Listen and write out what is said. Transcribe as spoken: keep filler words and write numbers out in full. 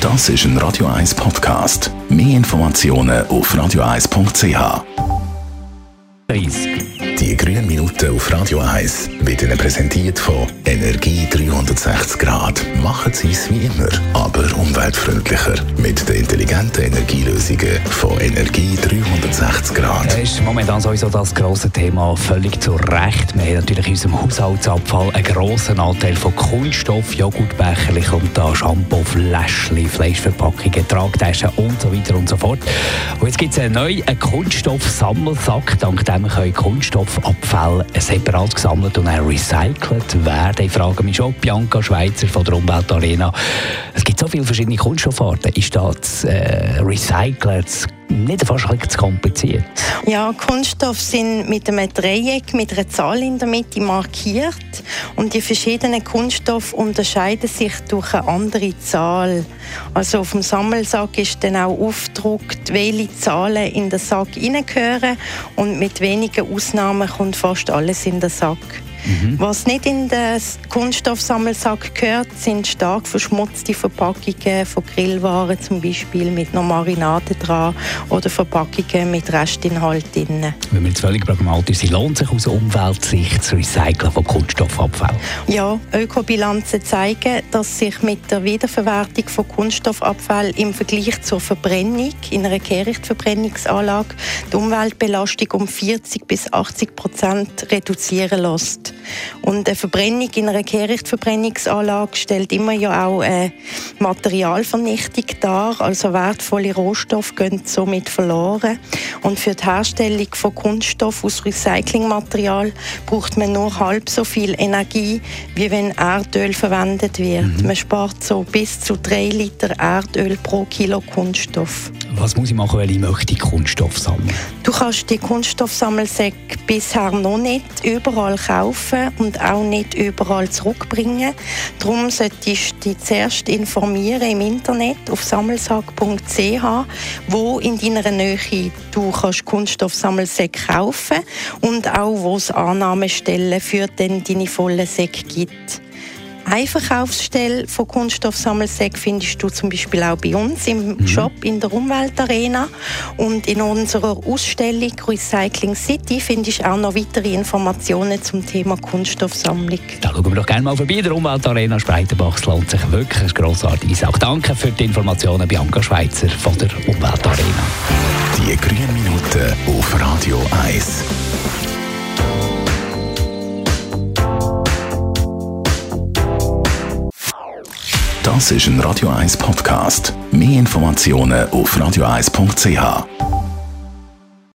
Das ist ein Radio eins Podcast. Mehr Informationen auf radio eins punkt c h. Die grünen Minuten auf Radio eins werden Ihnen präsentiert von Energie dreihundertsechzig Grad. Machen Sie es wie immer, aber umweltfreundlicher. Mit den intelligenten Energielösungen von Energie dreihundertsechzig Grad. Das ist momentan sowieso das grosse Thema, völlig zu Recht. Wir haben natürlich in unserem Haushaltsabfall einen grossen Anteil von Kunststoff, Joghurtbecherchen, kommt da Shampoo, Fläschchen, Fleischverpackungen, Tragtaschen und so weiter und so fort. Und jetzt gibt es neu einen Kunststoffsammelsack, dank dem können Kunststoffabfälle separat gesammelt und auch recycelt werden. Ich frage mich schon, Bianca Schweizer von der Umweltarena. Es gibt so viele verschiedene Kunststoffarten. Ist das äh, Recyceln nicht fast ein bisschen zu kompliziert? Ja, Kunststoffe sind mit einem Dreieck, mit einer Zahl in der Mitte markiert. Und die verschiedenen Kunststoffe unterscheiden sich durch eine andere Zahl. Also auf dem Sammelsack ist dann auch aufgedruckt, welche Zahlen in den Sack hineingehören. Und mit wenigen Ausnahmen kommt fast alles in den Sack. Mhm. Was nicht in den Kunststoffsammelsack gehört, sind stark verschmutzte Verpackungen von Grillwaren, zum Beispiel mit noch Marinade dran, oder Verpackungen mit Restinhalt drin. Wenn wir jetzt völlig pragmatisch sind, lohnt sich aus Umweltsicht das Recyceln von Kunststoffabfällen? Ja, Ökobilanzen zeigen, dass sich mit der Wiederverwertung von Kunststoffabfällen im Vergleich zur Verbrennung in einer Kehrichtverbrennungsanlage die Umweltbelastung um vierzig bis achtzig Prozent reduzieren lässt. Und eine Verbrennung in einer Kehrichtverbrennungsanlage stellt immer ja auch eine Materialvernichtung dar, also wertvolle Rohstoffe gehen somit verloren. Und für die Herstellung von Kunststoff aus Recyclingmaterial braucht man nur halb so viel Energie, wie wenn Erdöl verwendet wird. Mhm. Man spart so bis zu drei Liter Erdöl pro Kilo Kunststoff. Was muss ich machen, wenn ich möchte Kunststoff sammeln? Du kannst die Kunststoffsammelsäcke bisher noch nicht überall kaufen und auch nicht überall zurückbringen. Darum solltest du dich zuerst informieren im Internet auf sammelsack punkt c h, wo in deiner Nähe du kannst Kunststoffsammelsäcke kaufen und auch wo es Annahmestellen für dann deine vollen Säcke gibt. Eine Verkaufsstelle von Kunststoffsammelsäcken findest du zum Beispiel auch bei uns im mhm. Shop in der Umweltarena. Und in unserer Ausstellung Recycling City findest du auch noch weitere Informationen zum Thema Kunststoffsammlung. Da schauen wir doch gerne mal vorbei. Der Umweltarena Spreitenbach, es lohnt sich wirklich, ein grossartiges. Auch danke für die Informationen, Bianca Schweizer von der Umweltarena. Die grünen Minuten auf Radio eins. Das ist ein Radio eins Podcast. Mehr Informationen auf radio eins punkt c h.